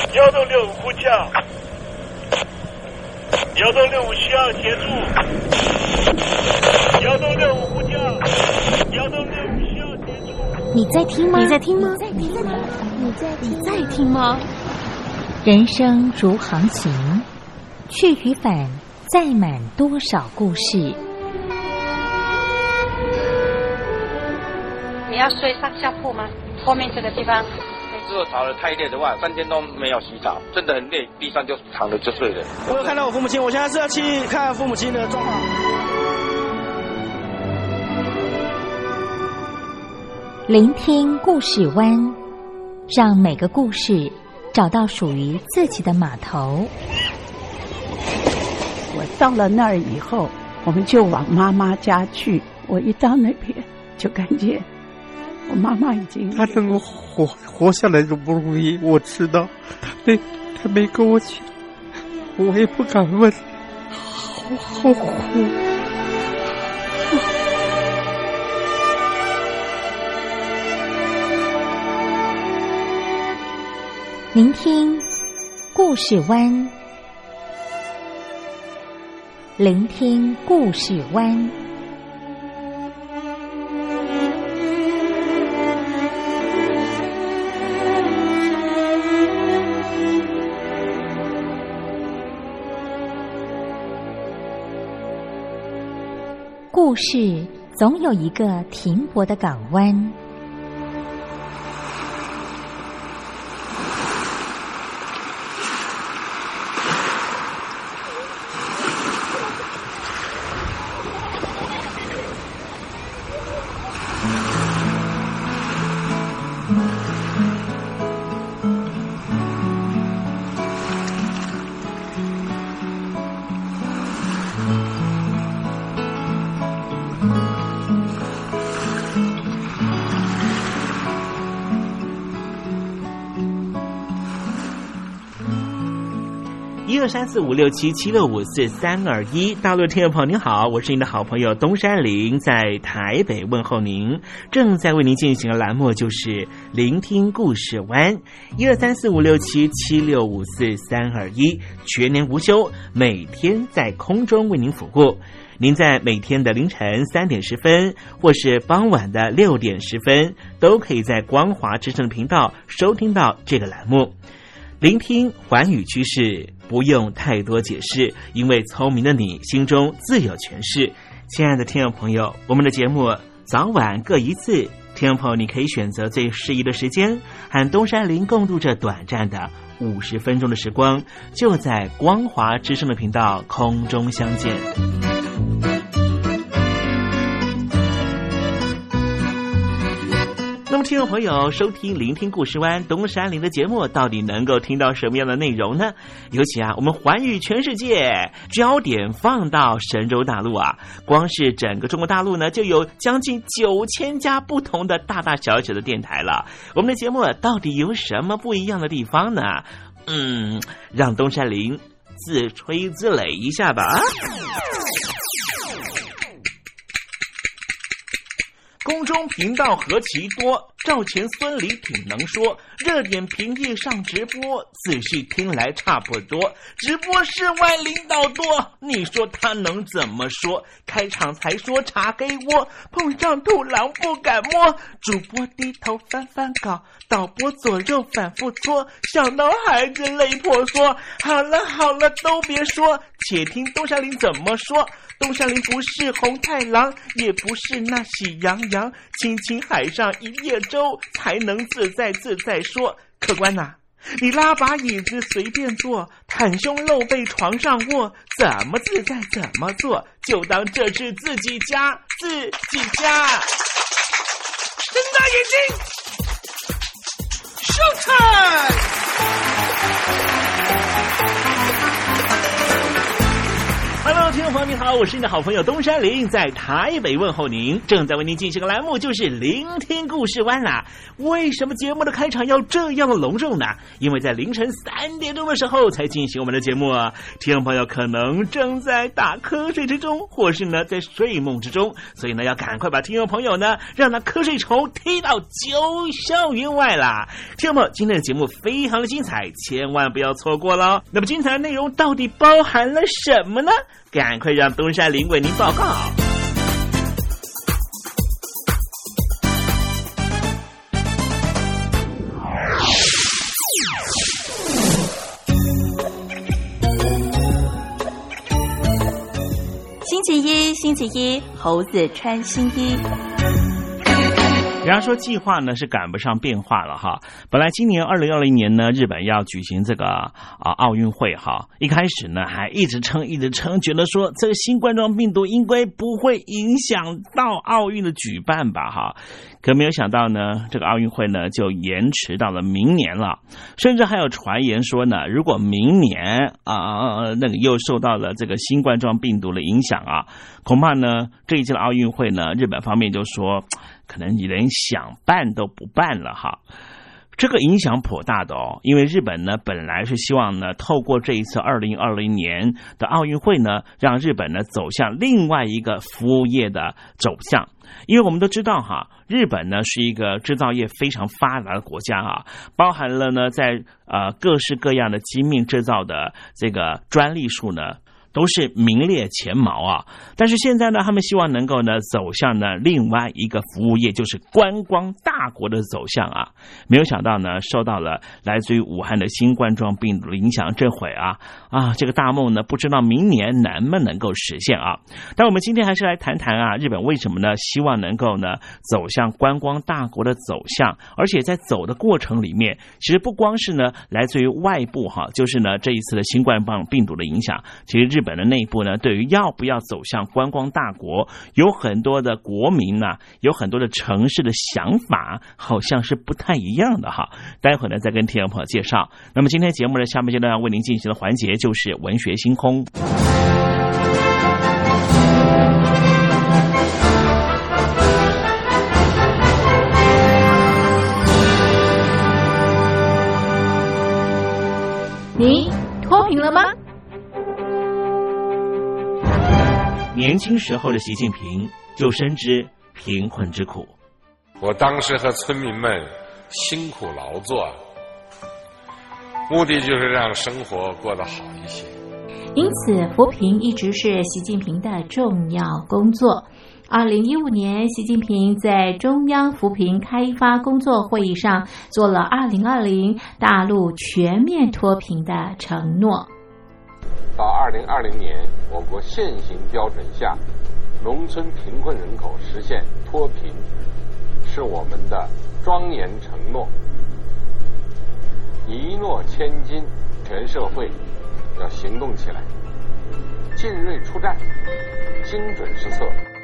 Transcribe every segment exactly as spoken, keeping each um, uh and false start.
幺洞六五呼叫，幺洞六五需要协助，幺洞六五呼叫，幺洞六五需要协助。 你在听吗？ 你在听吗？ 你在听吗？ 你在你在听吗？ 人生如航行，去与返载满多少故事。 你要睡上下铺吗？后面这个地方。 如果吵得太累的话，三天都没有洗澡，真的很累，地上就躺着就睡了。 我有看到我父母亲，我现在是要去看父母亲的状况。 聆听故事湾，让每个故事找到属于自己的码头。 我到了那儿以后，我们就往妈妈家去。我一到那边，就感觉我妈妈已经， 她能够活活下来都不容易，我知道，她没她没跟我讲，我也不敢问，好好苦。 聆听故事湾，聆听故事湾。故事总有一个停泊的港湾。 一二三四五六七七六五四三二一，大陆听众朋友您好，我是您的好朋友东山林，在台北问候您。正在为您进行的栏目就是聆听故事湾，一二三四五六七七六五四三二一，全年无休，每天在空中为您服务。您在每天的凌晨三点十分，或是傍晚的六点十分，都可以在光华之声的频道收听到这个栏目。聆听寰宇趋势，不用太多解释，因为聪明的你心中自有诠释。亲爱的听众朋友，我们的节目早晚各一次，听众朋友你可以选择最适宜的时间，和东山林共度这短暂的五十分钟的时光，就在光华之声的频道空中相见。那么听众朋友，收听聆听故事湾东山林的节目，到底能够听到什么样的内容呢？尤其啊，我们寰宇全世界，焦点放到神州大陆啊，光是整个中国大陆呢，就有将近九千家不同的大大小小的电台了。我们的节目到底有什么不一样的地方呢？嗯，让东山林自吹自擂一下吧。空中频道何其多，赵钱孙李挺能说，热点平地上直播，仔细听来差不多。直播室外领导多，你说他能怎么说？开场才说茶黑窝，碰上土狼不敢摸。主播低头翻翻稿，导播左右反复搓，想到孩子泪婆娑。好了好了，都别说，且听东山林怎么说。东山林不是红太狼，也不是那喜羊羊，亲亲海上一叶舟，才能自在自在说。客官呐、啊，你拉把椅子随便坐，袒胸露背床上卧，怎么自在怎么做，就当这是自己家，自己家。睁大眼睛 ，Show time！Hello， 听众众朋友您好，我是你的好朋友东山林，在台北问候您。正在为您进行的栏目就是聆听故事湾啦。为什么节目的开场要这样的隆重呢？因为在凌晨三点钟的时候才进行我们的节目啊，听众朋友可能正在打瞌睡之中，或是呢在睡梦之中，所以呢要赶快把听众朋友呢让他瞌睡虫踢到九霄云外啦。听众朋友，今天的节目非常的精彩，千万不要错过了。那么精彩的内容到底包含了什么呢？赶快让东山林为您报告。 星期一，星期一，猴子穿新衣。 人家说计划呢是赶不上变化了哈。本来今年二零二零年呢，日本要举行这个啊奥运会哈，一开始呢还一直撑一直撑，觉得说这个新冠状病毒应该不会影响到奥运的举办吧哈。可没有想到呢，这个奥运会呢就延迟到了明年了，甚至还有传言说呢，如果明年啊那个又受到了这个新冠状病毒的影响啊，恐怕呢这一届的奥运会呢，日本方面就说可能你连想办都不办了哈。这个影响颇大的哦，因为日本呢本来是希望呢透过这一次二零二零年的奥运会呢，让日本呢走向另外一个服务业的走向。因为我们都知道哈，日本呢是一个制造业非常发达的国家啊，包含了呢在呃各式各样的精密制造的这个专利数呢都是名列前茅啊。但是现在呢，他们希望能够呢走向呢另外一个服务业，就是观光大国的走向啊。没有想到呢，受到了来自于武汉的新冠状病毒的影响，这回啊啊这个大梦呢，不知道明年能不能够实现啊。但我们今天还是来谈谈啊，日本为什么呢希望能够呢走向观光大国的走向，而且在走的过程里面，其实不光是呢来自于外部哈，就是呢这一次的新冠病毒的影响，其实日本的内部呢，对于要不要走向观光大国，有很多的国民呢、啊，有很多的城市的想法，好像是不太一样的哈。待会儿呢，再跟听众朋友介绍。那么今天节目的下半阶段要为您进行的环节就是文学星空。 你脱贫了吗？ 年轻时候的习近平就深知贫困之苦。 我当时和村民们辛苦劳作，目的就是让生活过得好一些。 因此，扶贫一直是习近平的重要工作。二零一五年，习近平在中央扶贫开发工作会议上做了二零二零大陆全面脱贫的承诺。 到二零二零年，我国现行标准下，农村贫困人口实现脱贫，是我们的庄严承诺。一诺千金，全社会要行动起来，进锐出战，精准施策。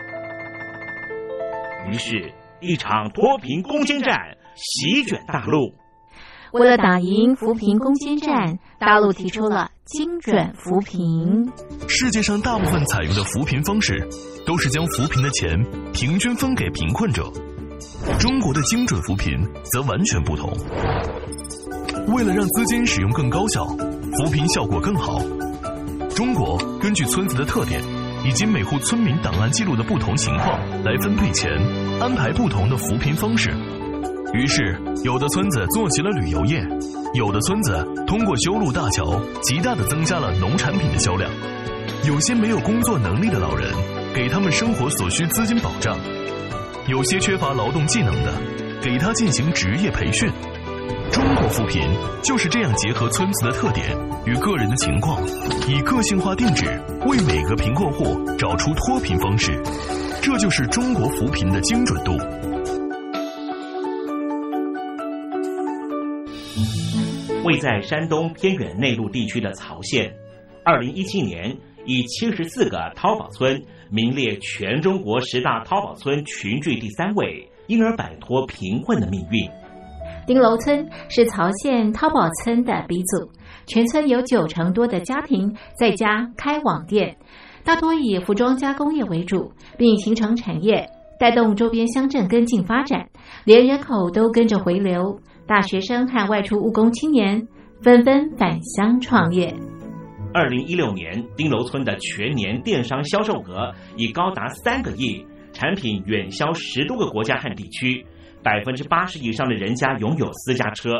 于是，一场脱贫攻坚战席卷大陆。 为了打赢扶贫攻坚战，大陆提出了精准扶贫。 世界上大部分采用的扶贫方式，都是将扶贫的钱平均分给贫困者。中国的精准扶贫则完全不同。为了让资金使用更高效，扶贫效果更好，中国根据村子的特点以及每户村民档案记录的不同情况来分配钱，安排不同的扶贫方式。于是，有的村子做起了旅游业，有的村子通过修路大桥，极大地增加了农产品的销量。有些没有工作能力的老人，给他们生活所需资金保障；有些缺乏劳动技能的，给他进行职业培训。中国扶贫就是这样结合村子的特点与个人的情况，以个性化定制为每个贫困户找出脱贫方式，这就是中国扶贫的精准度。 位在山东偏远内陆地区的曹县，二零一七年以七十四个淘宝村名列全中国十大淘宝村群聚第三位，因而摆脱贫困的命运。 丁楼村是曹县淘宝村的鼻祖，全村有九成多的家庭在家开网店。 大多以服装加工业为主，并形成产业，带动周边乡镇跟进发展，连人口都跟着回流。大学生和外出务工青年纷纷返乡创业。 二零一六年，丁楼村的全年电商销售额已高达三个亿，产品远销十多个国家和地区，百分之八十以上的人家拥有私家车。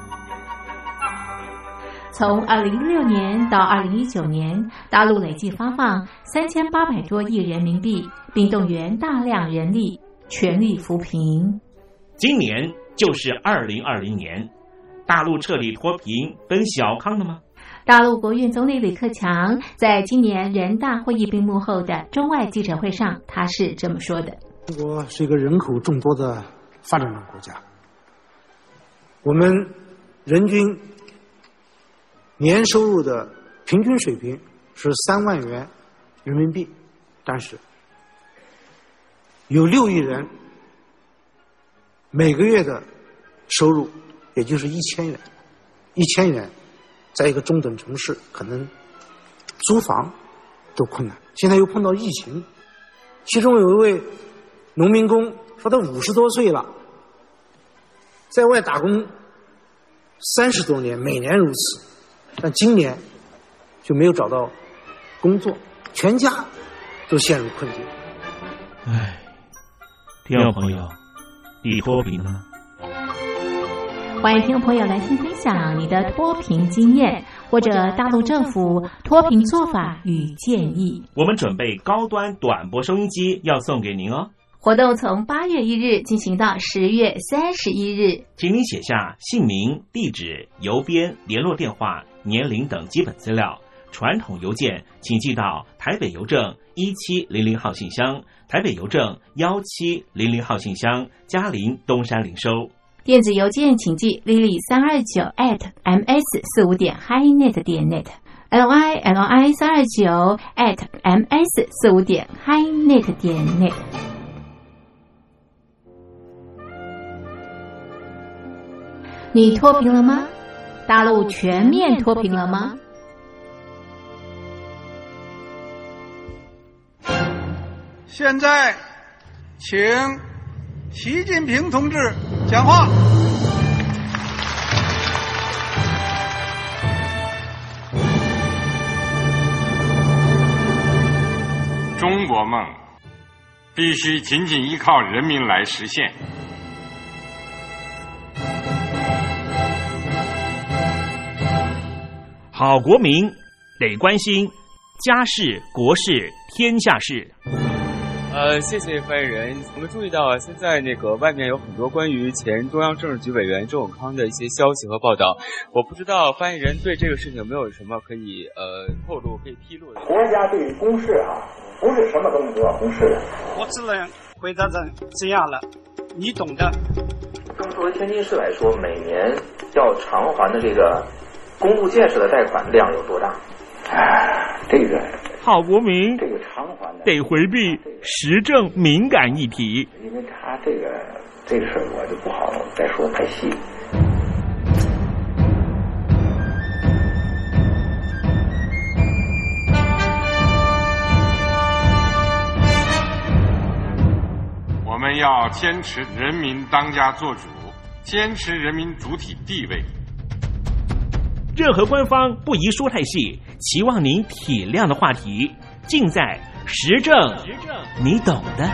从二零一六年到二零一九年，大陆累计发放三千八百多亿人民币，并动员大量人力，全力扶贫。 今年就是二零二零年，大陆彻底脱贫分小康了吗？ 大陆国务院总理李克强在今年人大会议闭幕后的中外记者会上，他是这么说的： 中国是一个人口众多的发展中国家，我们人均年收入的平均水平是三万元人民币，但是有六亿人每个月的收入也就是一千元，一千元在一个中等城市可能租房都困难，现在又碰到疫情，其中有一位农民工说他五十多岁了，在外打工三十多年，每年如此，但今年就没有找到工作，全家都陷入困境。 唉，听众朋友，你脱贫了吗？ 欢迎听众朋友来信分享你的脱贫经验，或者大陆政府脱贫做法与建议。 我们准备高端短波收音机要送给您哦。 活动从八月一日进行到十月三十一日， 请您写下姓名、地址、邮编、联络电话、年龄等基本资料。传统邮件请寄到台北邮政一七零零号信箱，台北邮政幺七零零号信箱，嘉陵东山零收。 电子邮件请寄 lily 三二九 at ms 四五点 highnet 点 net l i l i 三二九 at ms 四五点 highnet 点 net。你脱贫了吗？大陆全面脱贫了吗？ 现在，请习近平同志讲话。 中国梦必须紧紧依靠人民来实现。 好国民得关心家事、国事、天下事。 呃，谢谢发言人。我们注意到啊，现在那个外面有很多关于前中央政治局委员周永康的一些消息和报道，我不知道发言人对这个事情有没有什么可以呃透露、可以披露的。 国家对于公事啊，不是什么东西都要公示的。 我只能回答成这样了，你懂的。 作为天津市来说，每年要偿还的这个公路建设的贷款量有多大？哎，这个好国民这个偿还的得回避时政敏感议题， 因为他这个这个事儿我就不好再说太细。 我们要坚持人民当家作主，坚持人民主体地位。 任何官方不宜说太细，期望您体谅的话题，尽在时政，你懂的。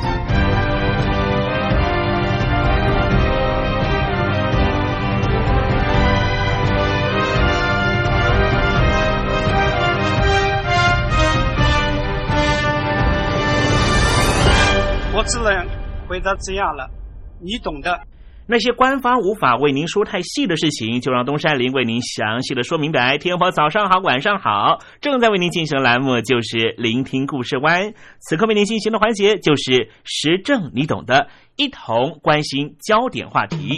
我只能回答这样了，你懂的。 那些官方无法为您说太细的事情，就让东山林为您详细的说明白。天婆早上好，晚上好，正在为您进行的栏目就是聆听故事湾，此刻为您进行的环节就是时政你懂的，一同关心焦点话题。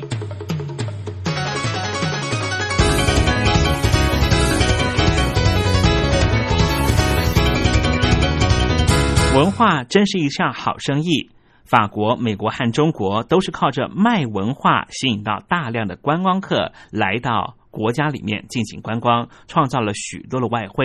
文化真是一项好生意。法国、美国和中国都是靠着卖文化吸引到大量的观光客来到国家里面进行观光，创造了许多的外汇。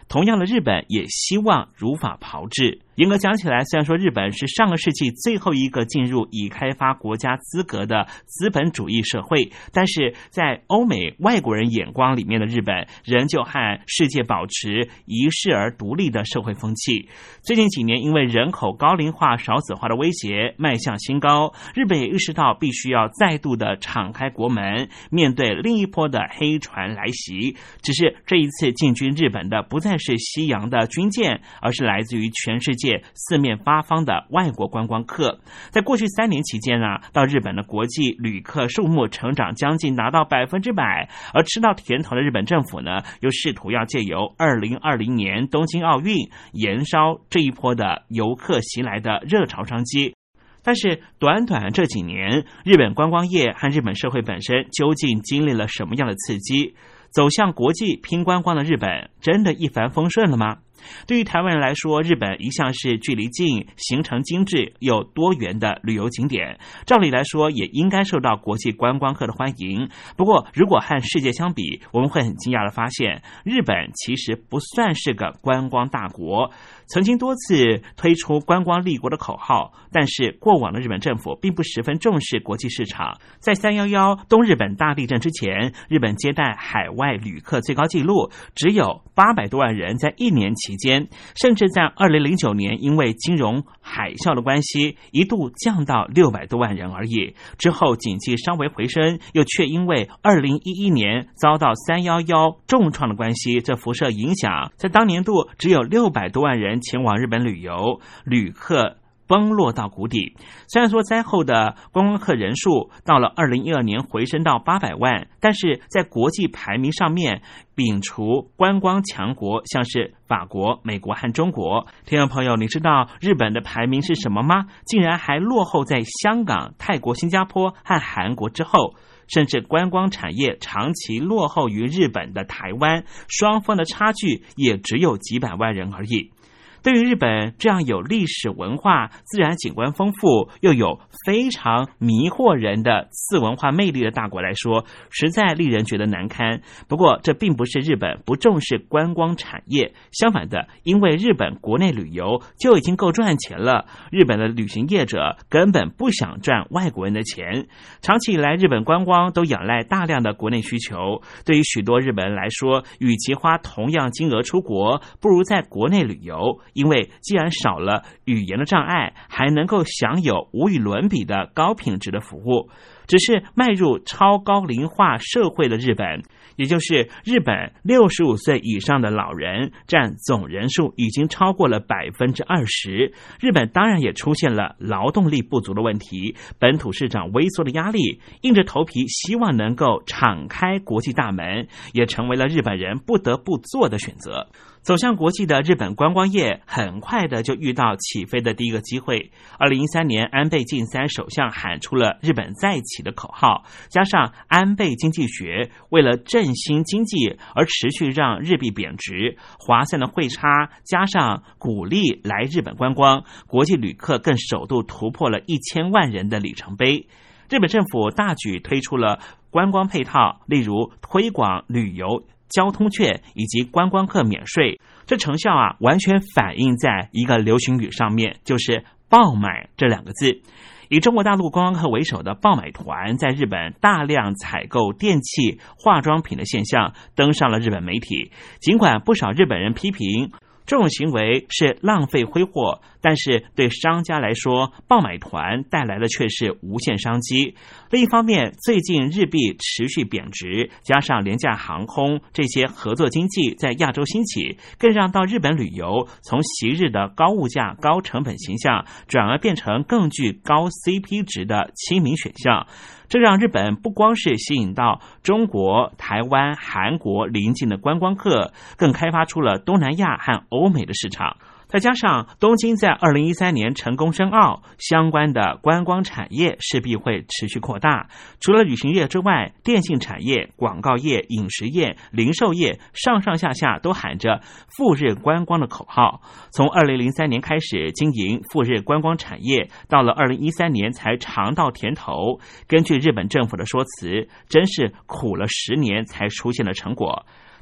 同样的，日本也希望如法炮制。严格讲起来，虽然说日本是上个世纪最后一个进入已开发国家资格的资本主义社会，但是在欧美外国人眼光里面的日本，仍旧和世界保持一世而独立的社会风气。最近几年，因为人口高龄化、少子化的威胁迈向新高，日本也意识到必须要再度的敞开国门，面对另一波的黑船来袭。只是这一次进军日本的不再是西洋的军舰，而是来自于全世界四面八方的外国观光客。在过去三年期间啊，到日本的国际旅客数目成长将近达到百分之百，而吃到甜头的日本政府呢，又试图要借由二零二零年东京奥运延烧这一波的游客袭来的热潮商机。但是短短这几年，日本观光业和日本社会本身究竟经历了什么样的刺激？走向国际拼观光的日本，真的一帆风顺了吗？对于台湾人来说，日本一向是距离近、行程精致又多元的旅游景点，照理来说也应该受到国际观光客的欢迎。不过，如果和世界相比，我们会很惊讶的发现，日本其实不算是个观光大国。曾经多次推出观光立国的口号，但是过往的日本政府并不十分重视国际市场。在三一一东日本大地震之前，日本接待海外旅客最高纪录只有八百多万人，在一年期间，甚至在二零零九年因为金融海啸的关系，一度降到六百多万人而已。之后经济稍微回升，又却因为二零一一年遭到三一一重创的关系，这辐射影响，在当年度只有六百多万人前往日本旅游，旅客崩落到谷底。虽然说灾后的观光客人数到了二零一二年回升到八百万，但是在国际排名上面，摒除观光强国，像是法国、美国和中国。听众朋友，你知道日本的排名是什么吗？竟然还落后在香港、泰国、新加坡和韩国之后。甚至观光产业长期落后于日本的台湾，双方的差距也只有几百万人而已。对于日本这样有历史文化、自然景观丰富又有非常迷惑人的次文化魅力的大国来说，实在令人觉得难堪。不过这并不是日本不重视观光产业，相反的，因为日本国内旅游就已经够赚钱了，日本的旅行业者根本不想赚外国人的钱。长期以来，日本观光都仰赖大量的国内需求，对于许多日本人来说，与其花同样金额出国，不如在国内旅游。因为既然少了语言的障碍，还能够享有无与伦比的高品质的服务。只是迈入超高龄化社会的日本，也就是日本六十五岁以上的老人占总人数已经超过了百分之二十。日本当然也出现了劳动力不足的问题，本土市场萎缩的压力，硬着头皮希望能够敞开国际大门，也成为了日本人不得不做的选择。走向国际的日本观光业很快的就遇到起飞的第一个机会。二零一三年，安倍晋三首相喊出了日本再起的口号，加上安倍经济学为了振兴经济而持续让日币贬值，划算的汇差加上鼓励来日本观光，国际旅客更首度突破了一千万人的里程碑。日本政府大举推出了观光配套，例如推广旅游交通券以及观光客免税，这成效啊，完全反映在一个流行语上面，就是爆买这两个字。以中国大陆观光客为首的爆买团在日本大量采购电器、化妆品的现象登上了日本媒体。尽管不少日本人批评这种行为是浪费挥霍，但是对商家来说，爆买团带来的却是无限商机。另一方面，最近日币持续贬值，加上廉价航空这些合作经济在亚洲兴起，更让到日本旅游从昔日的高物价、高成本形象，转而变成更具高 C P 值的亲民选项。这让日本不光是吸引到中国、台湾、韩国邻近的观光客，更开发出了东南亚和欧美的市场。再加上东京在二零一三年成功申奥，相关的观光产业势必会持续扩大。除了旅行业之外，电信产业、广告业、饮食业、零售业上上下下都喊着赴日观光的口号。从二零零三年开始经营赴日观光产业，到了二零一三年才尝到甜头。根据日本政府的说辞，真是苦了十年才出现了成果。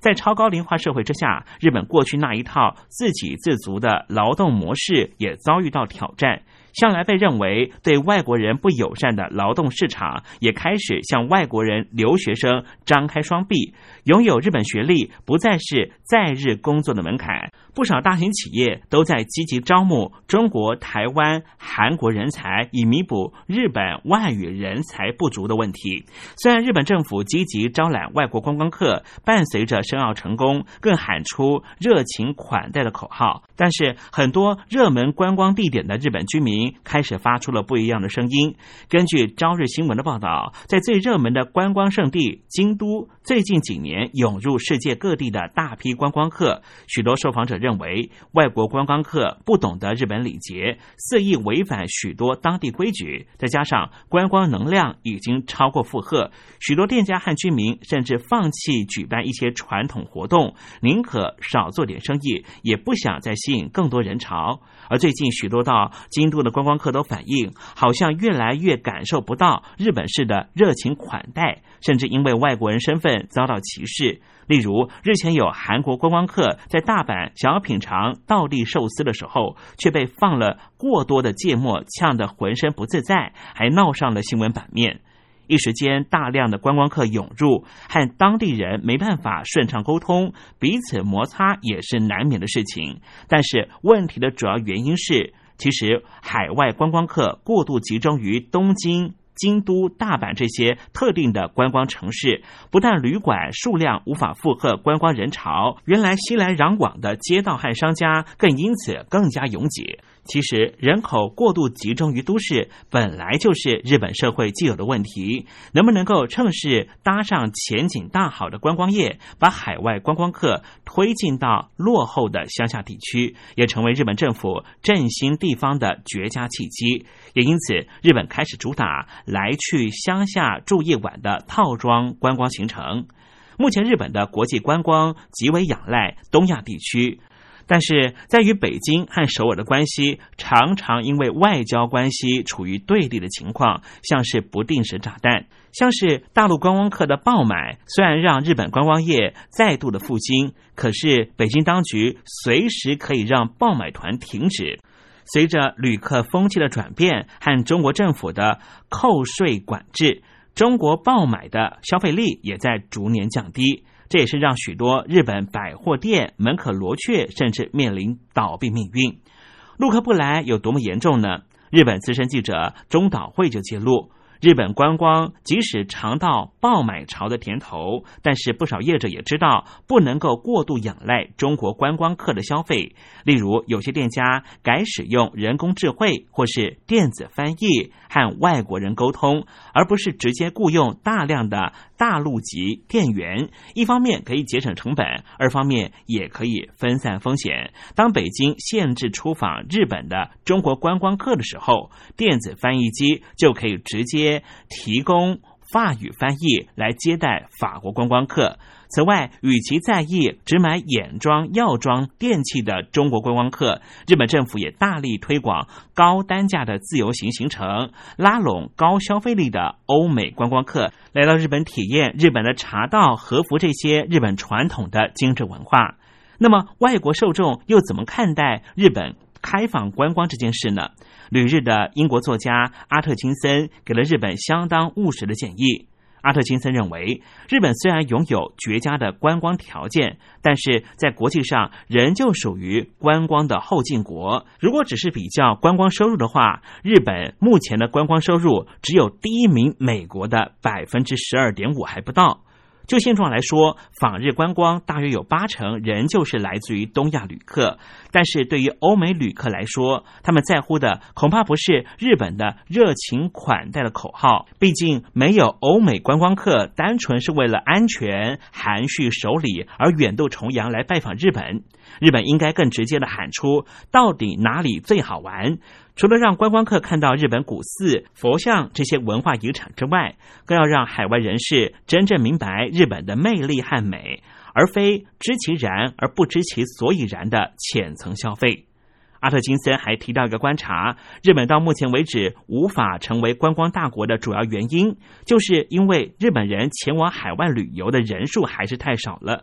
在超高龄化社会之下，日本过去那一套自给自足的劳动模式也遭遇到挑战。向来被认为对外国人不友善的劳动市场，也开始向外国人留学生张开双臂。拥有日本学历不再是在日工作的门槛，不少大型企业都在积极招募中国、台湾、韩国人才，以弥补日本外语人才不足的问题。虽然日本政府积极招揽外国观光客，伴随着申奥成功，更喊出热情款待的口号，但是很多热门观光地点的日本居民开始发出了不一样的声音。根据朝日新闻的报道，在最热门的观光胜地京都，最近几年涌入世界各地的大批观光客，许多受访者认为外国观光客不懂得日本礼节，肆意违反许多当地规矩，再加上观光能量已经超过负荷，许多店家和居民甚至放弃举办一些传统活动，宁可少做点生意，也不想再吸引更多人潮。而最近许多到京都的观光客都反映，好像越来越感受不到日本式的热情款待，甚至因为外国人身份遭到歧视。例如，日前有韩国观光客在大阪想要品尝道地寿司的时候，却被放了过多的芥末呛得浑身不自在，还闹上了新闻版面。一时间，大量的观光客涌入，和当地人没办法顺畅沟通，彼此摩擦也是难免的事情。但是问题的主要原因是，其实海外观光客过度集中于东京、京都、大阪这些特定的观光城市，不但旅馆数量无法负荷观光人潮，原来熙来攘往的街道和商家更因此更加拥挤。其实人口过度集中于都市本来就是日本社会既有的问题，能不能够趁势搭上前景大好的观光业，把海外观光客推进到落后的乡下地区，也成为日本政府振兴地方的绝佳契机。也因此，日本开始主打来去乡下住一晚的套装观光行程。目前日本的国际观光极为仰赖东亚地区，但是在与北京和首尔的关系常常因为外交关系处于对立的情况，像是不定时炸弹。像是大陆观光客的爆买，虽然让日本观光业再度的复兴，可是北京当局随时可以让爆买团停止。随着旅客风气的转变和中国政府的扣税管制，中国爆买的消费力也在逐年降低，这也是让许多日本百货店门可罗雀，甚至面临倒闭命运。陆客不来有多么严重呢？日本资深记者中岛惠就揭露，日本观光即使尝到爆买潮的甜头，但是不少业者也知道不能够过度仰赖中国观光客的消费。例如，有些店家改使用人工智慧或是电子翻译和外国人沟通，而不是直接雇用大量的大陆籍店员。一方面可以节省成本，二方面也可以分散风险。当北京限制出访日本的中国观光客的时候，电子翻译机就可以直接提供法语翻译来接待法国观光客。此外，与其在意只买眼妆、药妆、电器的中国观光客，日本政府也大力推广高单价的自由行行程，拉拢高消费力的欧美观光客来到日本体验日本的茶道、和服这些日本传统的精致文化。那么，外国受众又怎么看待日本开放观光这件事呢？旅日的英国作家阿特金森给了日本相当务实的建议。阿特金森认为，日本虽然拥有绝佳的观光条件，但是在国际上仍旧属于观光的后进国。如果只是比较观光收入的话，日本目前的观光收入只有第一名美国的 百分之十二点五 还不到。就现状来说，访日观光大约有八成仍旧是来自于东亚旅客，但是对于欧美旅客来说，他们在乎的恐怕不是日本的热情款待的口号，毕竟没有欧美观光客单纯是为了安全、含蓄守礼而远渡重洋来拜访日本。日本应该更直接的喊出到底哪里最好玩，除了让观光客看到日本古寺、佛像这些文化遗产之外，更要让海外人士真正明白日本的魅力和美，而非知其然而不知其所以然的浅层消费。阿特金森还提到一个观察，日本到目前为止无法成为观光大国的主要原因，就是因为日本人前往海外旅游的人数还是太少了。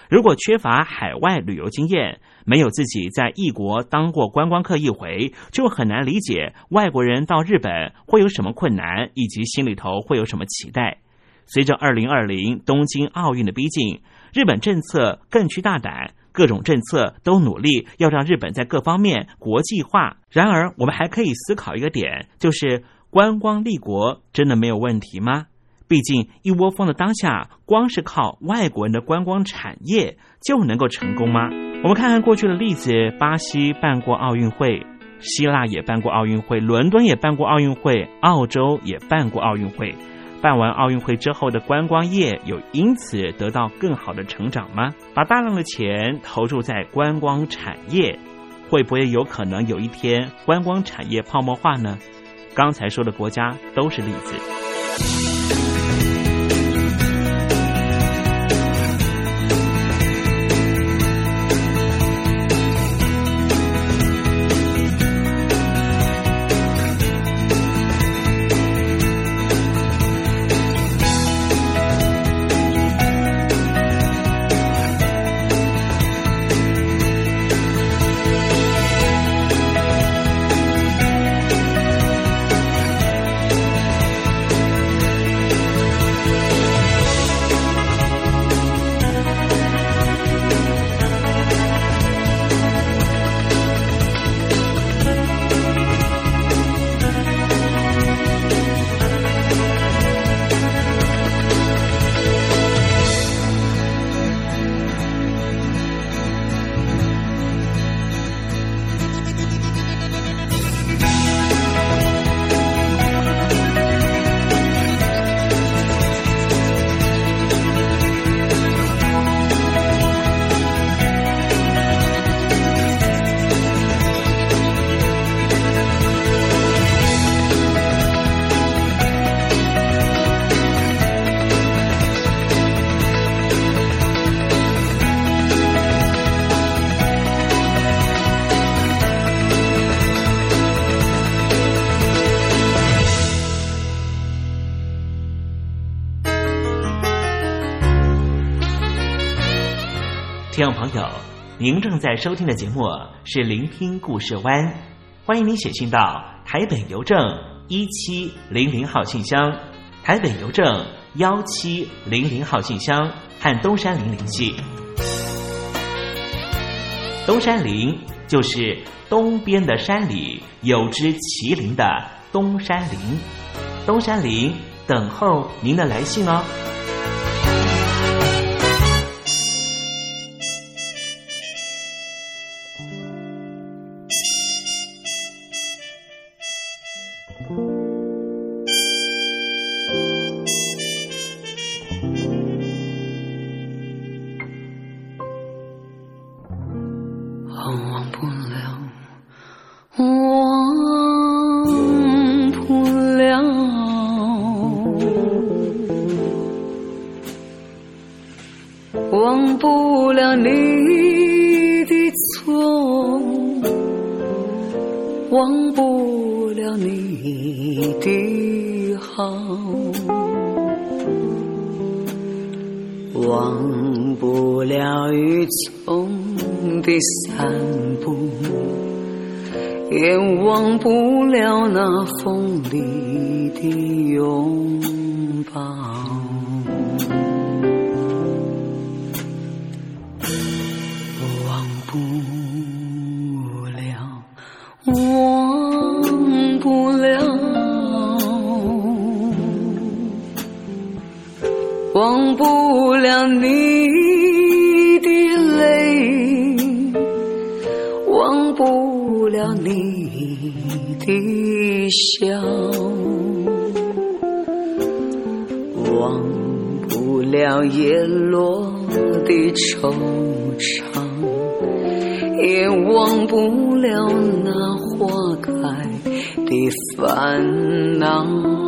如果缺乏海外旅游经验，没有自己在异国当过观光客一回，就很难理解外国人到日本会有什么困难，以及心里头会有什么期待。随着二零二零东京奥运的逼近，日本政策更趋大胆，各种政策都努力要让日本在各方面国际化。然而，我们还可以思考一个点，就是观光立国真的没有问题吗？毕竟一窝蜂的当下，光是靠外国人的观光产业就能够成功吗？我们看看过去的例子，巴西办过奥运会，希腊也办过奥运会，伦敦也办过奥运会，澳洲也办过奥运会。办完奥运会之后的观光业有因此得到更好的成长吗？把大量的钱投注在观光产业，会不会有可能有一天观光产业泡沫化呢？刚才说的国家都是例子。听众朋友，您正在收听的节目是聆听故事湾，欢迎您写信到台北邮政一七零零号信箱，台北邮政幺七零零号信箱和东山林联系。东山林就是东边的山里有只麒麟的东山林，东山林等候您的来信哦。 忘不了你的错，忘不了你的好，忘不了雨中的散步，也忘不了那风里的拥抱。忘不了，忘不了你的泪，忘不了你的笑，忘不了叶落的惆怅，也忘不了那花开的烦恼。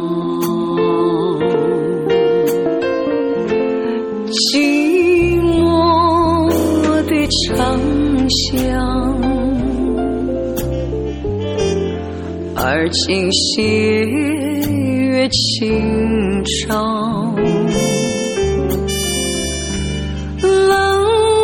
寂寞的长巷，而今斜月清照，冷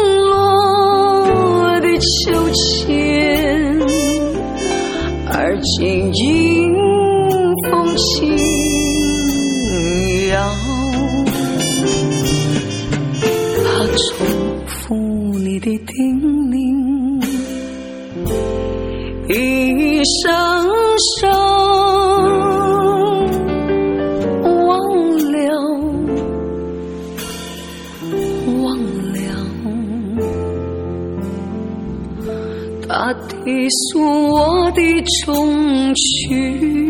重复你的叮咛，一声声忘了忘了，它低诉我的衷曲，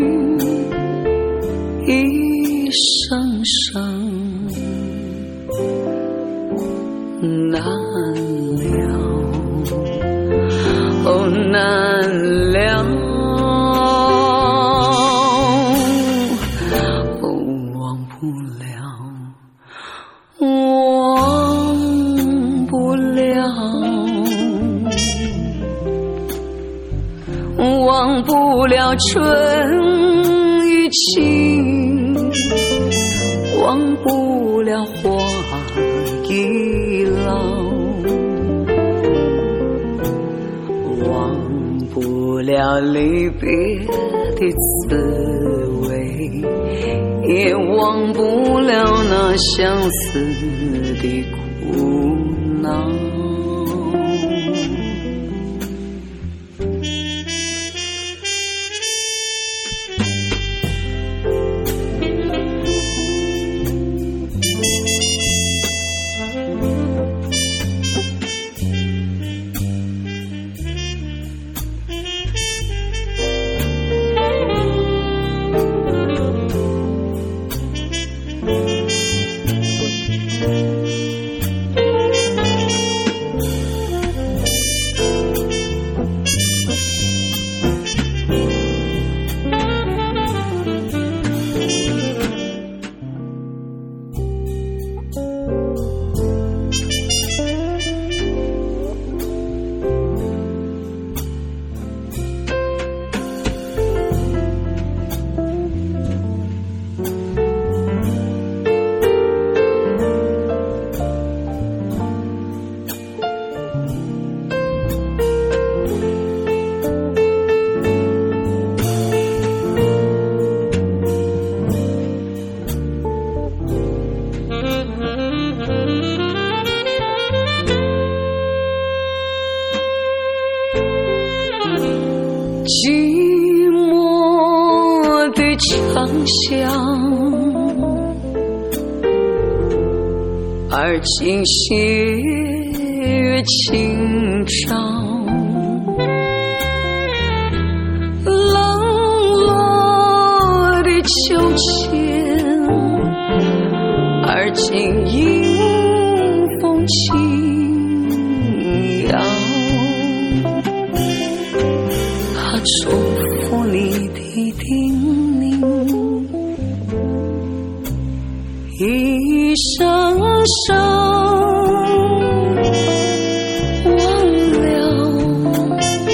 一声声难了，哦难了，哦忘不了，忘不了，忘不了春与秋，忘不了花已老，忘不了离别的滋味，也忘不了那相思的苦恼。寂寞的长巷，而今斜月清照，冷落的秋千，而今迎风轻摇，它重复你的叮咛，一声声忘了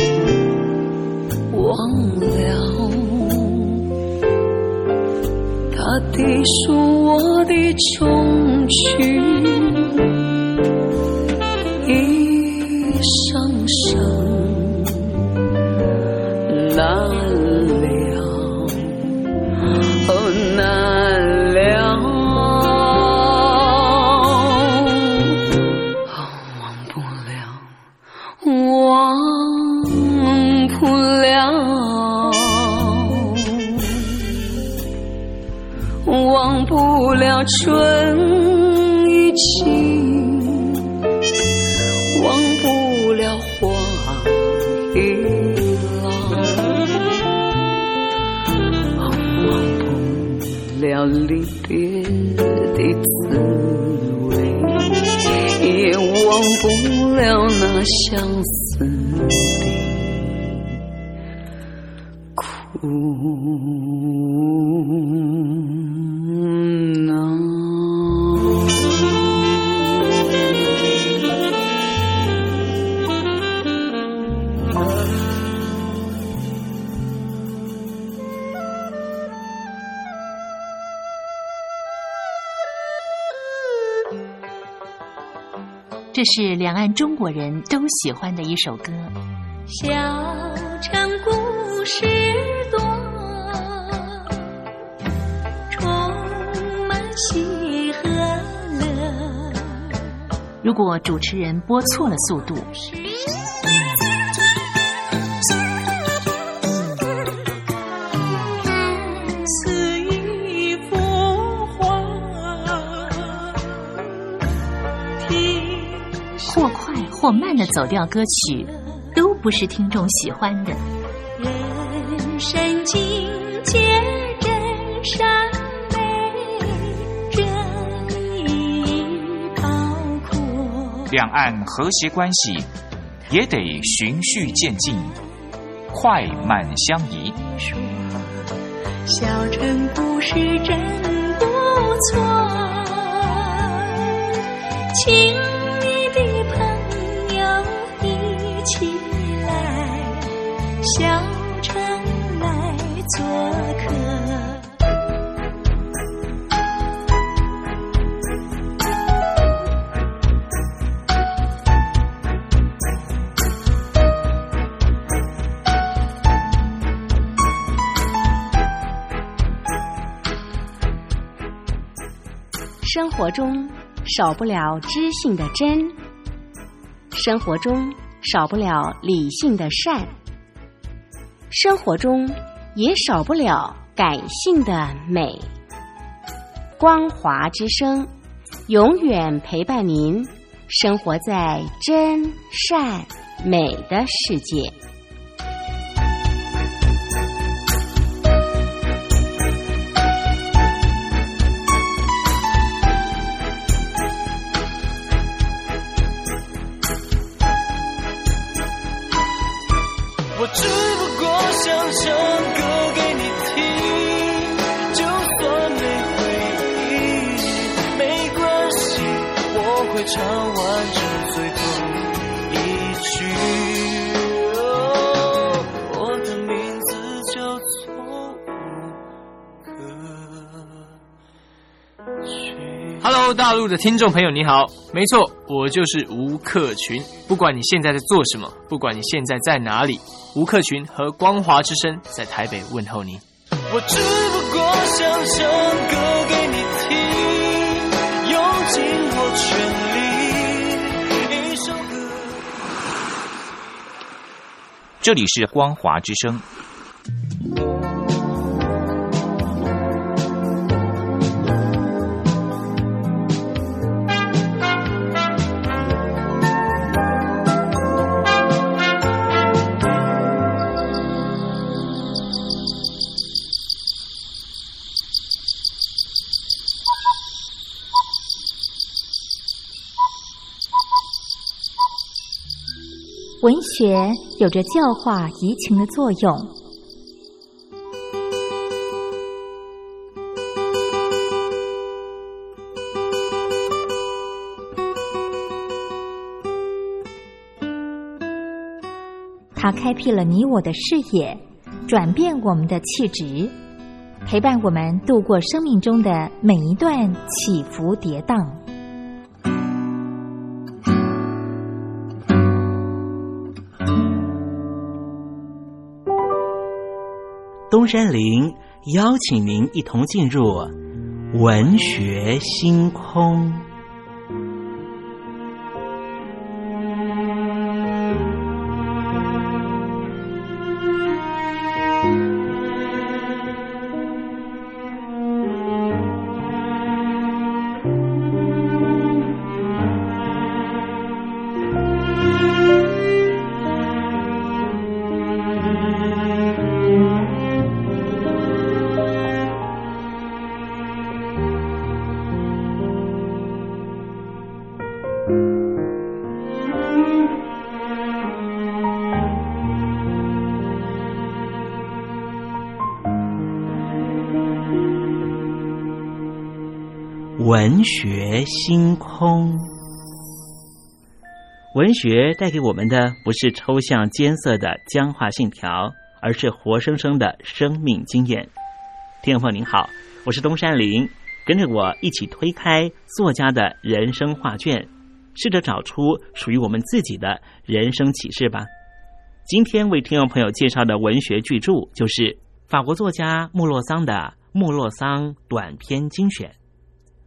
忘了，它低诉我的衷曲，一声声难了，哦难了，哦忘不了，忘不了，忘不了春与秋，忘不了花与了离别的滋味，也忘不了那相思的苦恼。 这是两岸中国人都喜欢的一首歌。 小城故事多，充满喜和乐， 如果主持人播错了速度， 似一幅画， 或快或慢的走调歌曲，都不是听众喜欢的。 人生境界真善美，真意高阔。 两岸和谐关系也得循序渐进，快慢相宜。 小城故事真不错，请你的朋友一起来，小城来做客。 生活中少不了知性的真，生活中少不了理性的善，生活中也少不了感性的美。光华之声永远陪伴您生活在真善美的世界。 我只不过想唱歌给你听，就算没回应没关系，我会唱完这最后一句。哦，我的名字叫做吴克群。Hello， 大陆的听众朋友你好，没错，我就是吴克群。不管你现在在做什么，不管你现在在哪里，吴克群和光华之声在台北问候您。我只不过想唱歌给你听，用尽我全力，一首歌。 这里是光华之声。 文学有着教化怡情的作用。它开辟了你我的视野，转变我们的气质，陪伴我们度过生命中的每一段起伏跌宕。 东山林邀请您一同进入文学星空。文学星空，文学带给我们的不是抽象艰涩的僵化信条，而是活生生的生命经验。听众朋友您好，我是东山林，跟着我一起推开作家的人生画卷，试着找出属于我们自己的人生启示吧。今天为听众朋友介绍的文学巨著就是法国作家莫洛桑的《莫洛桑短篇精选》。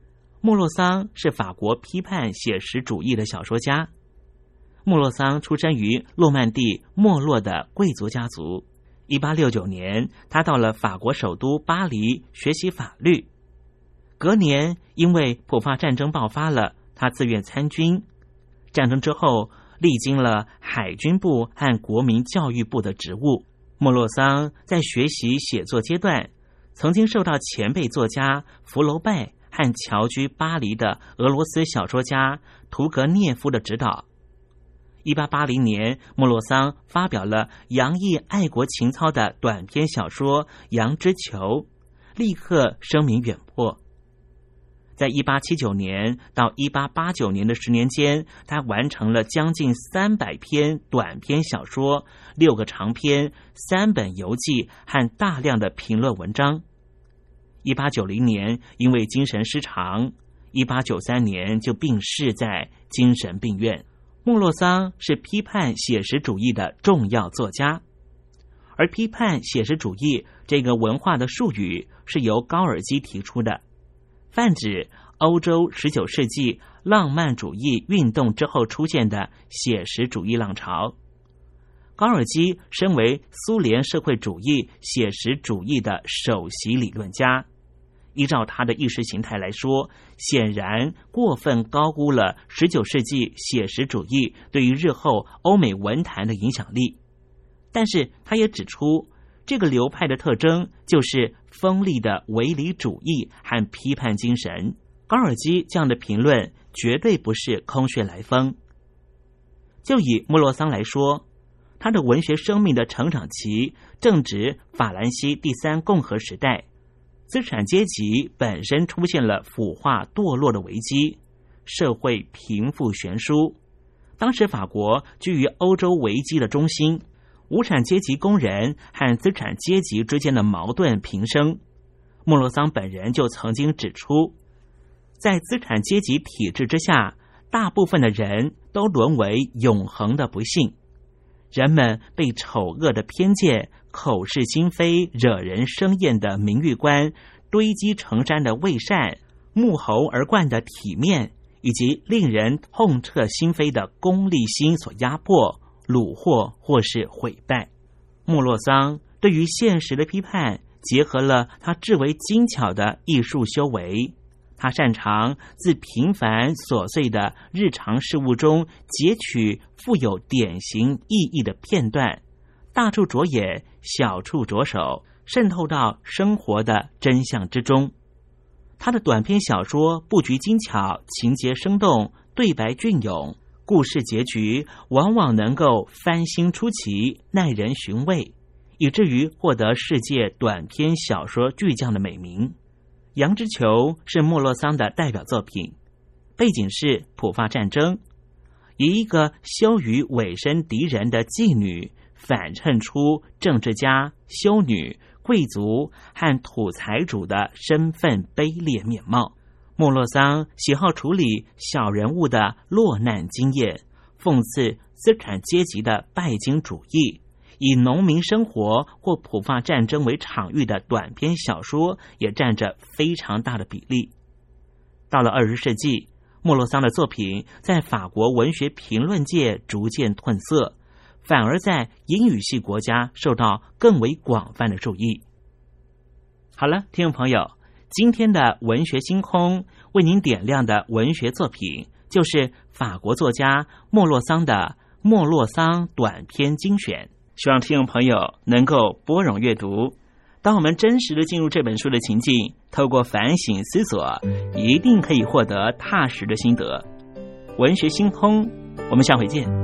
莫洛桑是法国批判写实主义的小说家。莫洛桑出生于诺曼底没落的贵族家族。一八六九年，他到了法国首都巴黎学习法律。隔年，因为普法战争爆发了，他自愿参军。战争之后，历经了海军部和国民教育部的职务。莫洛桑在学习写作阶段，曾经受到前辈作家福楼拜和侨居巴黎的俄罗斯小说家屠格涅夫的指导。一八八零年，莫洛桑发表了洋溢爱国情操的短篇小说《羊之球》，立刻声名远播。在一八七九年到一八八九年的十年间，他完成了将近三百篇短篇小说、六个长篇、三本游记和大量的评论文章。一八九零年因为精神失常，一八九三年就病逝在精神病院。莫洛桑是批判写实主义的重要作家，而批判写实主义这个文化的术语是由高尔基提出的，泛指欧洲十九世纪浪漫主义运动之后出现的写实主义浪潮。高尔基身为苏联社会主义写实主义的首席理论家，依照他的意识形态来说，显然过分高估了十九世纪写实主义对于日后欧美文坛的影响力。但是他也指出，这个流派的特征就是锋利的唯理主义和批判精神。高尔基这样的评论绝对不是空穴来风。就以莫洛桑来说，他的文学生命的成长期正值法兰西第三共和时代，资产阶级本身出现了腐化堕落的危机，社会贫富悬殊。当时法国居于欧洲危机的中心，无产阶级工人和资产阶级之间的矛盾频生。莫洛桑本人就曾经指出，在资产阶级体制之下，大部分的人都沦为永恒的不幸。人们被丑恶的偏见、口是心非、惹人生厌的名誉观、堆积成山的伪善、目猴而冠的体面，以及令人痛彻心扉的功利心所压迫、虏获或是毁败。莫洛桑对于现实的批判，结合了他至为精巧的艺术修为。他擅长自平凡琐碎的日常事物中截取富有典型意义的片段，大处着眼，小处着手，渗透到生活的真相之中。他的短篇小说布局精巧，情节生动，对白隽永，故事结局往往能够翻新出奇，耐人寻味，以至于获得世界短篇小说巨匠的美名。《羊之球》是莫洛桑的代表作品，背景是普法战争，以一个羞于委身敌人的妓女，反衬出政治家、修女、贵族和土财主的身份卑劣面貌。莫洛桑喜好处理小人物的落难经验，讽刺资产阶级的拜金主义。以农民生活或普法战争为场域的短篇小说也占着非常大的比例。到了二十世纪，莫洛桑的作品在法国文学评论界逐渐褪色，反而在英语系国家受到更为广泛的注意。好了，听众朋友，今天的文学星空为您点亮的文学作品，就是法国作家莫洛桑的《莫洛桑短篇精选》。希望听众朋友能够拨冗阅读。当我们真实的进入这本书的情境，透过反省思索，一定可以获得踏实的心得。文学星空，我们下回见。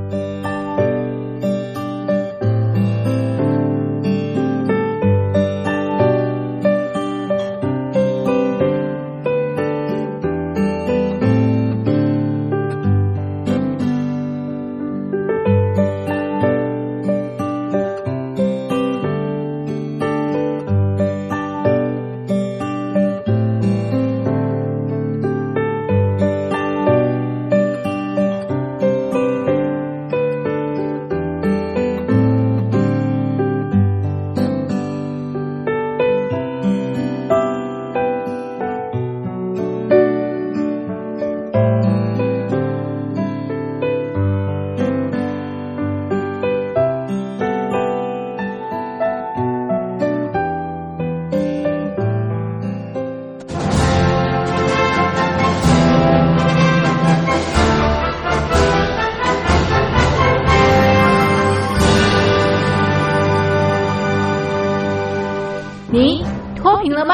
平了吗？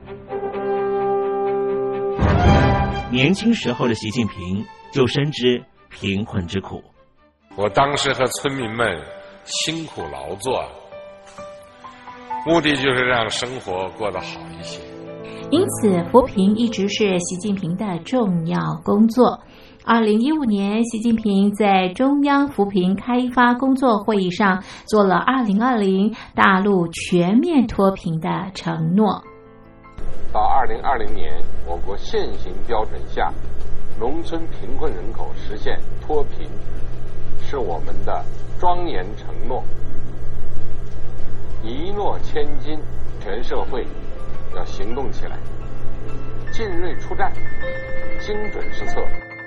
年轻时候的习近平就深知贫困之苦。 我当时和村民们辛苦劳作，目的就是让生活过得好一些。 因此，扶贫一直是习近平的重要工作。二零一五年，习近平在中央扶贫开发工作会议上做了二零二零大陆全面脱贫的承诺。 到二零二零年，我国现行标准下，农村贫困人口实现脱贫，是我们的庄严承诺。一诺千金，全社会要行动起来，进锐出战，精准施策。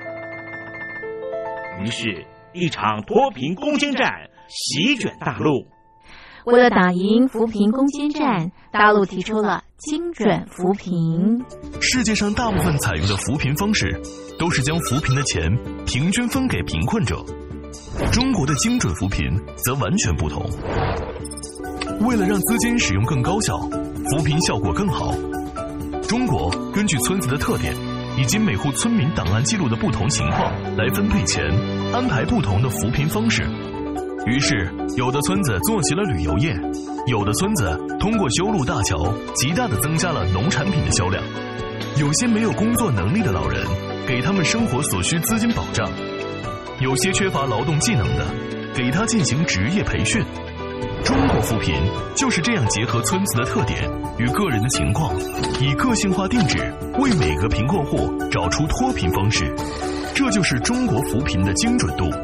于是，一场脱贫攻坚战席卷大陆。 为了打赢扶贫攻坚战，大陆提出了精准扶贫。 世界上大部分采用的扶贫方式，都是将扶贫的钱平均分给贫困者。中国的精准扶贫则完全不同。为了让资金使用更高效，扶贫效果更好，中国根据村子的特点以及每户村民档案记录的不同情况来分配钱，安排不同的扶贫方式。于是，有的村子做起了旅游业，有的村子通过修路大桥，极大地增加了农产品的销量。有些没有工作能力的老人，给他们生活所需资金保障；有些缺乏劳动技能的，给他进行职业培训。中国扶贫就是这样结合村子的特点与个人的情况，以个性化定制为每个贫困户找出脱贫方式，这就是中国扶贫的精准度。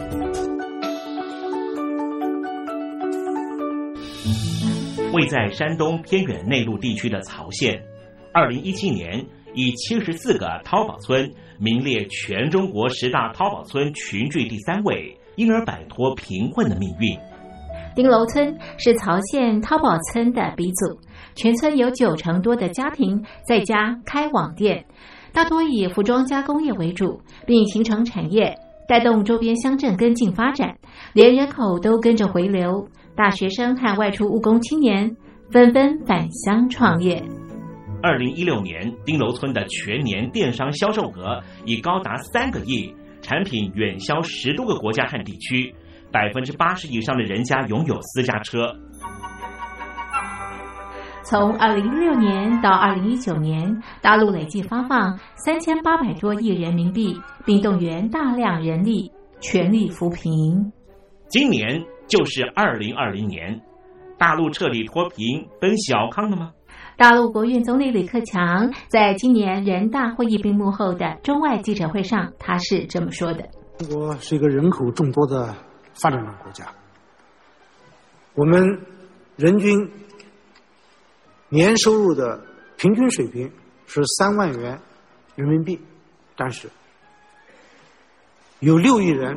位在山东偏远内陆地区的曹县，二零一七年以七十四个淘宝村名列全中国十大淘宝村群聚第三位，因而摆脱贫困的命运。 丁楼村是曹县淘宝村的鼻祖，全村有九成多的家庭在家开网店，大多以服装加工业为主，并形成产业，带动周边乡镇跟进发展，连人口都跟着回流。大学生和外出务工青年纷纷返乡创业。 二零一六年，丁楼村的全年电商销售额已高达三个亿，产品远销十多个国家和地区，百分之八十以上的人家拥有私家车。 从二零一六年到二零一九年，大陆累计发放三千八百多亿人民币，并动员大量人力，全力扶贫。 今年就是二零二零年，大陆彻底脱贫分小康了吗？ 大陆国务院总理李克强在今年人大会议闭幕后的中外记者会上，他是这么说的： 中国是一个人口众多的发展中国家，我们人均年收入的平均水平是三万元人民币，但是有六亿人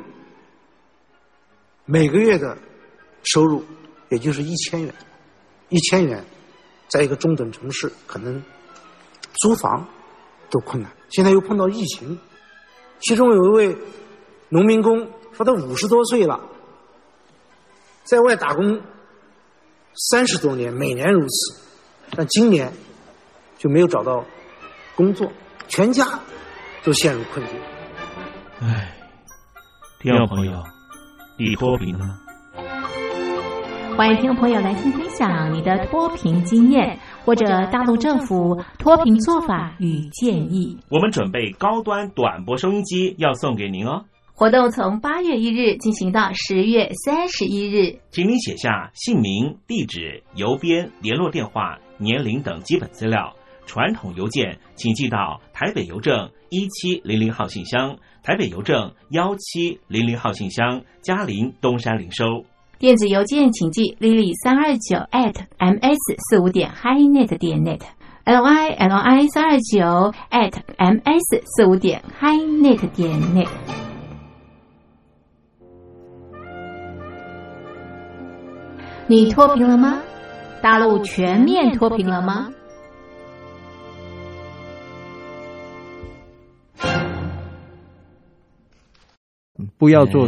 每个月的收入也就是一千元，一千元在一个中等城市可能租房都困难，现在又碰到疫情，其中有一位农民工说他五十多岁了，在外打工三十多年，每年如此，但今年就没有找到工作，全家都陷入困境。 唉，听众朋友，你脱贫了吗？ 欢迎听众朋友来信分享你的脱贫经验，或者大陆政府脱贫做法与建议。 我们准备高端短波收音机要送给您哦。 活动从八月一日进行到十月三十一日， 请您写下姓名、地址、邮编、联络电话、年龄等基本资料。传统邮件请寄到台北邮政一七零零号信箱，台北邮政幺七零零号信箱，嘉林东山零收。 电子邮件请寄 lily 三二九 at m s 四五点 highnet 点 net l i l i 三二九 at m s 四五点 highnet 点 net。你脱贫了吗？大陆全面脱贫了吗？ 不要做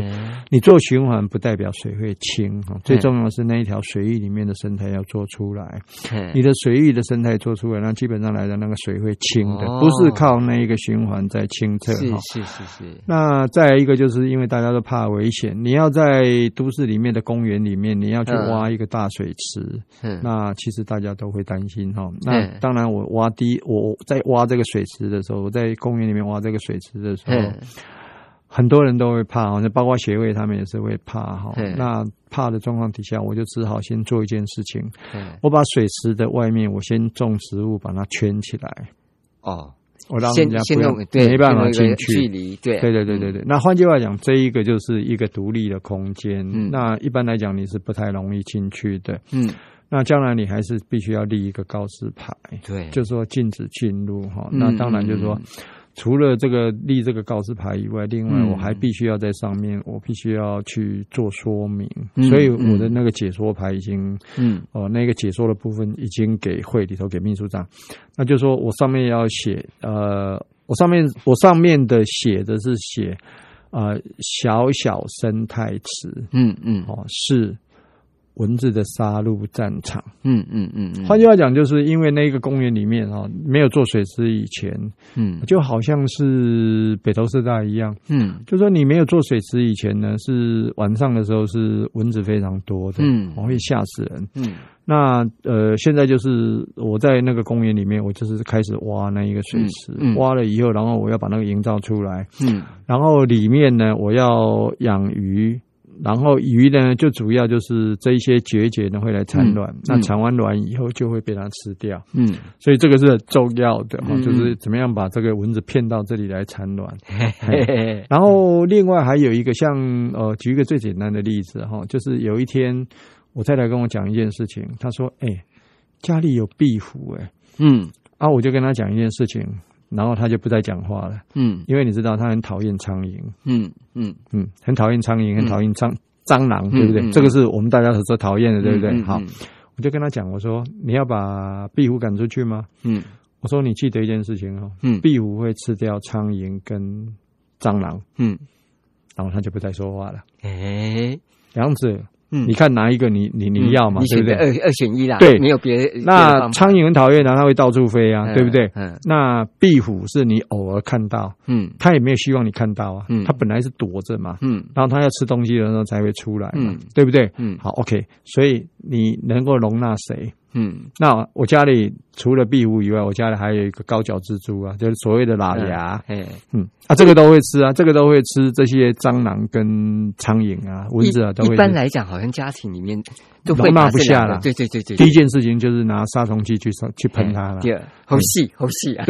你做循环不代表水会清，最重要的是那一条水域里面的生态要做出来。你的水域的生态做出来，那基本上来讲，那个水会清的，哦、不是靠那一个循环在清澈。 是是是是。 那再来一个，就是因为大家都怕危险，你要在都市里面的公园里面，你要去挖一个大水池，嗯、那其实大家都会担心哈。那当然，我挖第我在挖这个水池的时候，我在公园里面挖这个水池的时候。很多人都会怕，好像包括协会他们也是会怕哈。那怕的状况底下，我就只好先做一件事情，我把水池的外面我先种植物，把它圈起来。 哦， 我让人家不要没办法进去。 距离对对对对对对。那换句话讲，这一个就是一个独立的空间。嗯、那一般来讲，你是不太容易进去的。嗯。那将来你还是必须要立一个告示牌，对，就是说禁止进入哈。嗯、那当然就是说。嗯除了这个立这个告示牌以外，另外我还必须要在上面，我必须要去做说明，嗯、所以我的那个解说牌已经，嗯，哦、呃，那个解说的部分已经给会里头给秘书长，那就是说我上面要写，呃，我上面我上面的写的是写，呃，小小生态池，嗯嗯，哦是。蚊子的杀戮战场，嗯嗯嗯，换句话讲，就是因为那个公园里面哈、哦、没有做水池以前，嗯，就好像是北投社大一样，嗯，就说你没有做水池以前呢，是晚上的时候是蚊子非常多的，嗯，会吓死人，嗯，那呃现在就是我在那个公园里面，我就是开始挖那一个水池，嗯嗯、挖了以后，然后我要把那个营造出来，嗯，然后里面呢我要养鱼。然后鱼呢，就主要就是这一些孑孓呢会来产卵，嗯、那产完卵以后就会被它吃掉。嗯，所以这个是很重要的哈，嗯、就是怎么样把这个蚊子骗到这里来产卵。嘿嘿然后另外还有一个像呃，举一个最简单的例子哈，就是有一天我太太跟我讲一件事情，她说：“哎、欸，家里有壁虎哎、欸。”嗯，啊，我就跟她讲一件事情。然后他就不再讲话了，嗯，因为你知道他很讨厌苍蝇，嗯嗯嗯，很讨厌苍蝇，很讨厌蟑蟑螂，对不对？嗯嗯、这个是我们大家所讨厌的，对不对？嗯嗯、好，我就跟他讲，我说你要把壁虎赶出去吗？嗯，我说你记得一件事情哦，嗯，壁虎会吃掉苍蝇跟蟑螂，嗯，然后他就不再说话了，哎，这样子。嗯，你看哪一个你你你要嘛，对不对？ 二二选一啦， 对， 没有别的。 那苍蝇很讨厌啊，它会到处飞啊，嗯、对不对？嗯。那壁虎是你偶尔看到，嗯，它也没有希望你看到啊，嗯，它本来是躲着嘛，嗯，然后它要吃东西的时候才会出来嘛，嗯，对不对？嗯。好 ，OK， 所以你能够容纳谁？嗯，那我家里除了壁虎以外，我家里还有一个高脚蜘蛛啊，就是所谓的喇牙，嗯，嗯，啊，这个都会吃啊，这个都会吃这些蟑螂跟苍蝇啊、蚊子啊，都会吃。 一般来讲，好像家庭里面都会容纳不下了。 对对对对， 第一件事情就是拿杀虫剂去去喷它了。 对，好细好细啊。 对。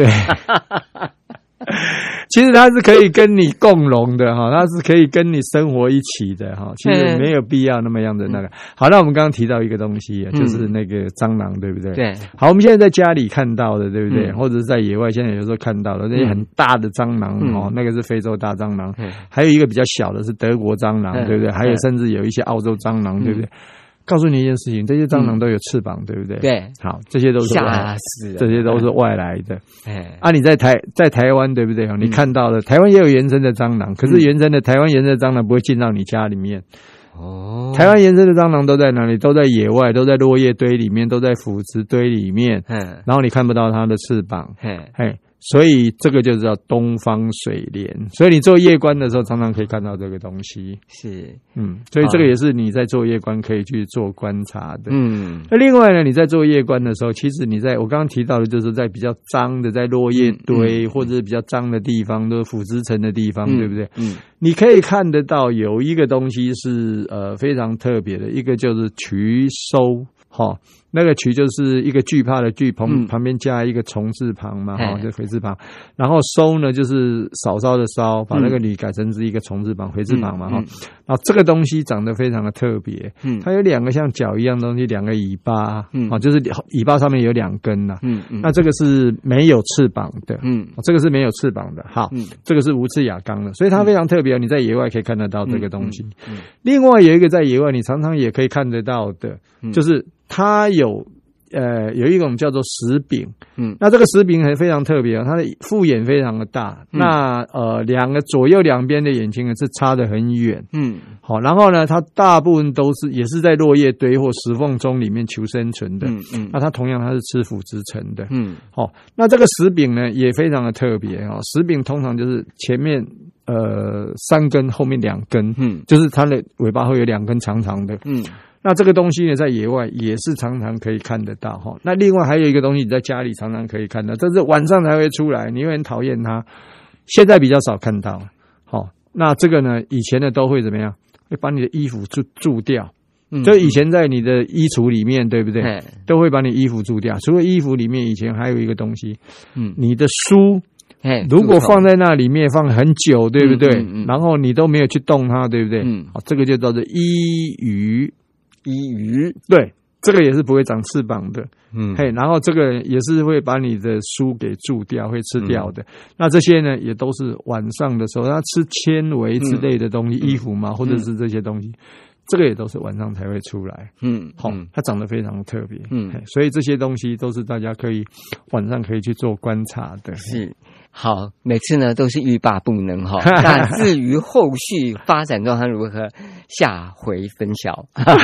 其实它是可以跟你共荣的哈，它是可以跟你生活一起的哈。其实没有必要那么样的那个。好，那我们刚刚提到一个东西，就是那个蟑螂，对不对？对。好，我们现在在家里看到的，对不对？或者是在野外，现在有时候看到的那些很大的蟑螂哦，那个是非洲大蟑螂，还有一个比较小的是德国蟑螂，对不对？还有甚至有一些澳洲蟑螂，对不对？告诉你一件事情，这些蟑螂都有翅膀，对不对？对，好，这些都是吓死了， 这些都是外来的。哎，啊，你在台在台湾，对不对？你看到的台湾也有原生的蟑螂，可是原生的台湾原生的蟑螂不会进到你家里面。哦，台湾原生的蟑螂都在哪里？都在野外，都在落叶堆里面，都在腐殖堆里面。嗯，然后你看不到它的翅膀。嘿，嘿。所以这个就叫东方水莲，所以你做夜观的时候常常可以看到这个东西。是，嗯，所以这个也是你在做夜观可以去做观察的。嗯，那另外呢，你在做夜观的时候，其实你在我刚刚提到的就是在比较脏的，在落叶堆、嗯、或者是比较脏的地方，都是腐殖层的地方，嗯、对不对？嗯，你可以看得到有一个东西是呃非常特别的，一个就是渠收。哈，那个渠就是一个惧怕的惧，旁旁边加一个虫字旁嘛，哈、嗯，就回字旁。然后收呢，就是少烧的烧，把那个女改成是一个虫字旁，回字旁嘛，哈、嗯。然后这个东西长得非常的特别，嗯，它有两个像脚一样的东西，两个尾巴，嗯，啊，就是尾巴上面有两根呐，嗯嗯。那这个是没有翅膀的，嗯，这个是没有翅膀的，好，嗯，这个是无翅亚纲的，所以它非常特别，你在野外可以看得到这个东西。嗯嗯、另外有一个在野外你常常也可以看得到的，嗯、就是。它有呃有一种叫做石柄，嗯，那这个石柄还非常特别啊，它的复眼非常的大，嗯、那呃两个左右两边的眼睛呢是差得很远，嗯，好，然后呢，它大部分都是也是在落叶堆或石缝中里面求生存的，嗯嗯，那它同样它是吃腐殖层的，嗯，好，那这个石柄呢也非常的特别啊，石柄通常就是前面呃三根，后面两根，嗯，就是它的尾巴会有两根长长的，嗯。那这个东西呢，在野外也是常常可以看得到哈。那另外还有一个东西，你在家里常常可以看到，这是晚上才会出来，你会很讨厌它。现在比较少看到。好，那这个呢，以前的都会怎么样？会把你的衣服蛀蛀掉。嗯，就以前在你的衣橱里面，对不对？嗯、都会把你衣服蛀掉。除了衣服里面，以前还有一个东西，嗯，你的书。如果放在那里面放很久，对不对？嗯嗯嗯、然后你都没有去动它，对不对？嗯，好，这个就叫做衣鱼。衣鱼，对，这个也是不会长翅膀的，嗯，嘿，然后这个也是会把你的书给蛀掉，会吃掉的。嗯、那这些呢，也都是晚上的时候，它吃纤维之类的东西，嗯、衣服嘛，或者是这些东西，嗯、这个也都是晚上才会出来，嗯，好，它长得非常特别，嗯，所以这些东西都是大家可以晚上可以去做观察的， 是。好，每次呢都是欲罢不能哈。那至于后续发展状况如何，下回分晓。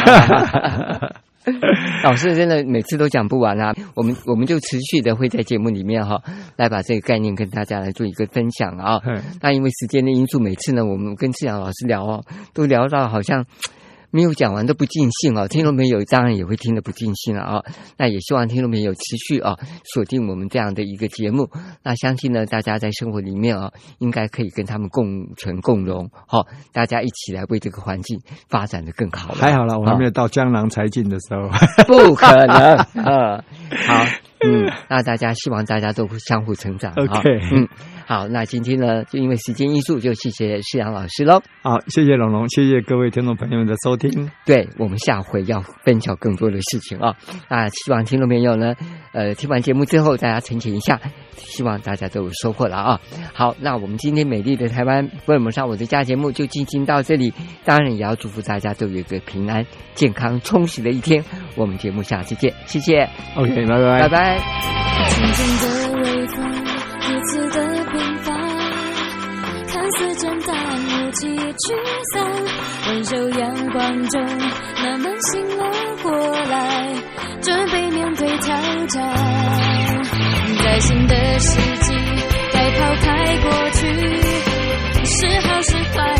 老师真的每次都讲不完啊，我们我们就持续的会在节目里面哈，来把这个概念跟大家来做一个分享啊。那因为时间的因素，每次呢我们跟志扬老师聊哦，都聊到好像没有讲完都不尽兴哦，听众朋友当然也会听得不尽兴了啊、哦。那也希望听众朋友持续啊、哦、锁定我们这样的一个节目。那相信呢，大家在生活里面啊、哦，应该可以跟他们共存共荣，好、哦，大家一起来为这个环境发展得更好了。 还好了，我还没有到江郎才尽的时候， 不可能啊。好，嗯，那大家希望大家都相互成长。 OK， 嗯。好，那今天呢，就因为时间因素，就谢谢世阳老师喽。 好，谢谢龙龙，谢谢各位听众朋友们的收听。 对，我们下回要分享更多的事情啊。那希望听众朋友呢，呃，听完节目之后，大家沉潜一下，希望大家都有收获了啊。好，那我们今天美丽的台湾福尔摩沙我的家节目就进行到这里，当然也要祝福大家都有一个平安、健康、充实的一天。我们节目下次见，谢谢。 OK， 拜拜， 拜拜。 轻轻的微风，一次的平凡，看似简单，无气沮丧，温柔阳光中慢慢醒了过来，准备面对挑战。在新的世纪，该抛开过去，是好是坏。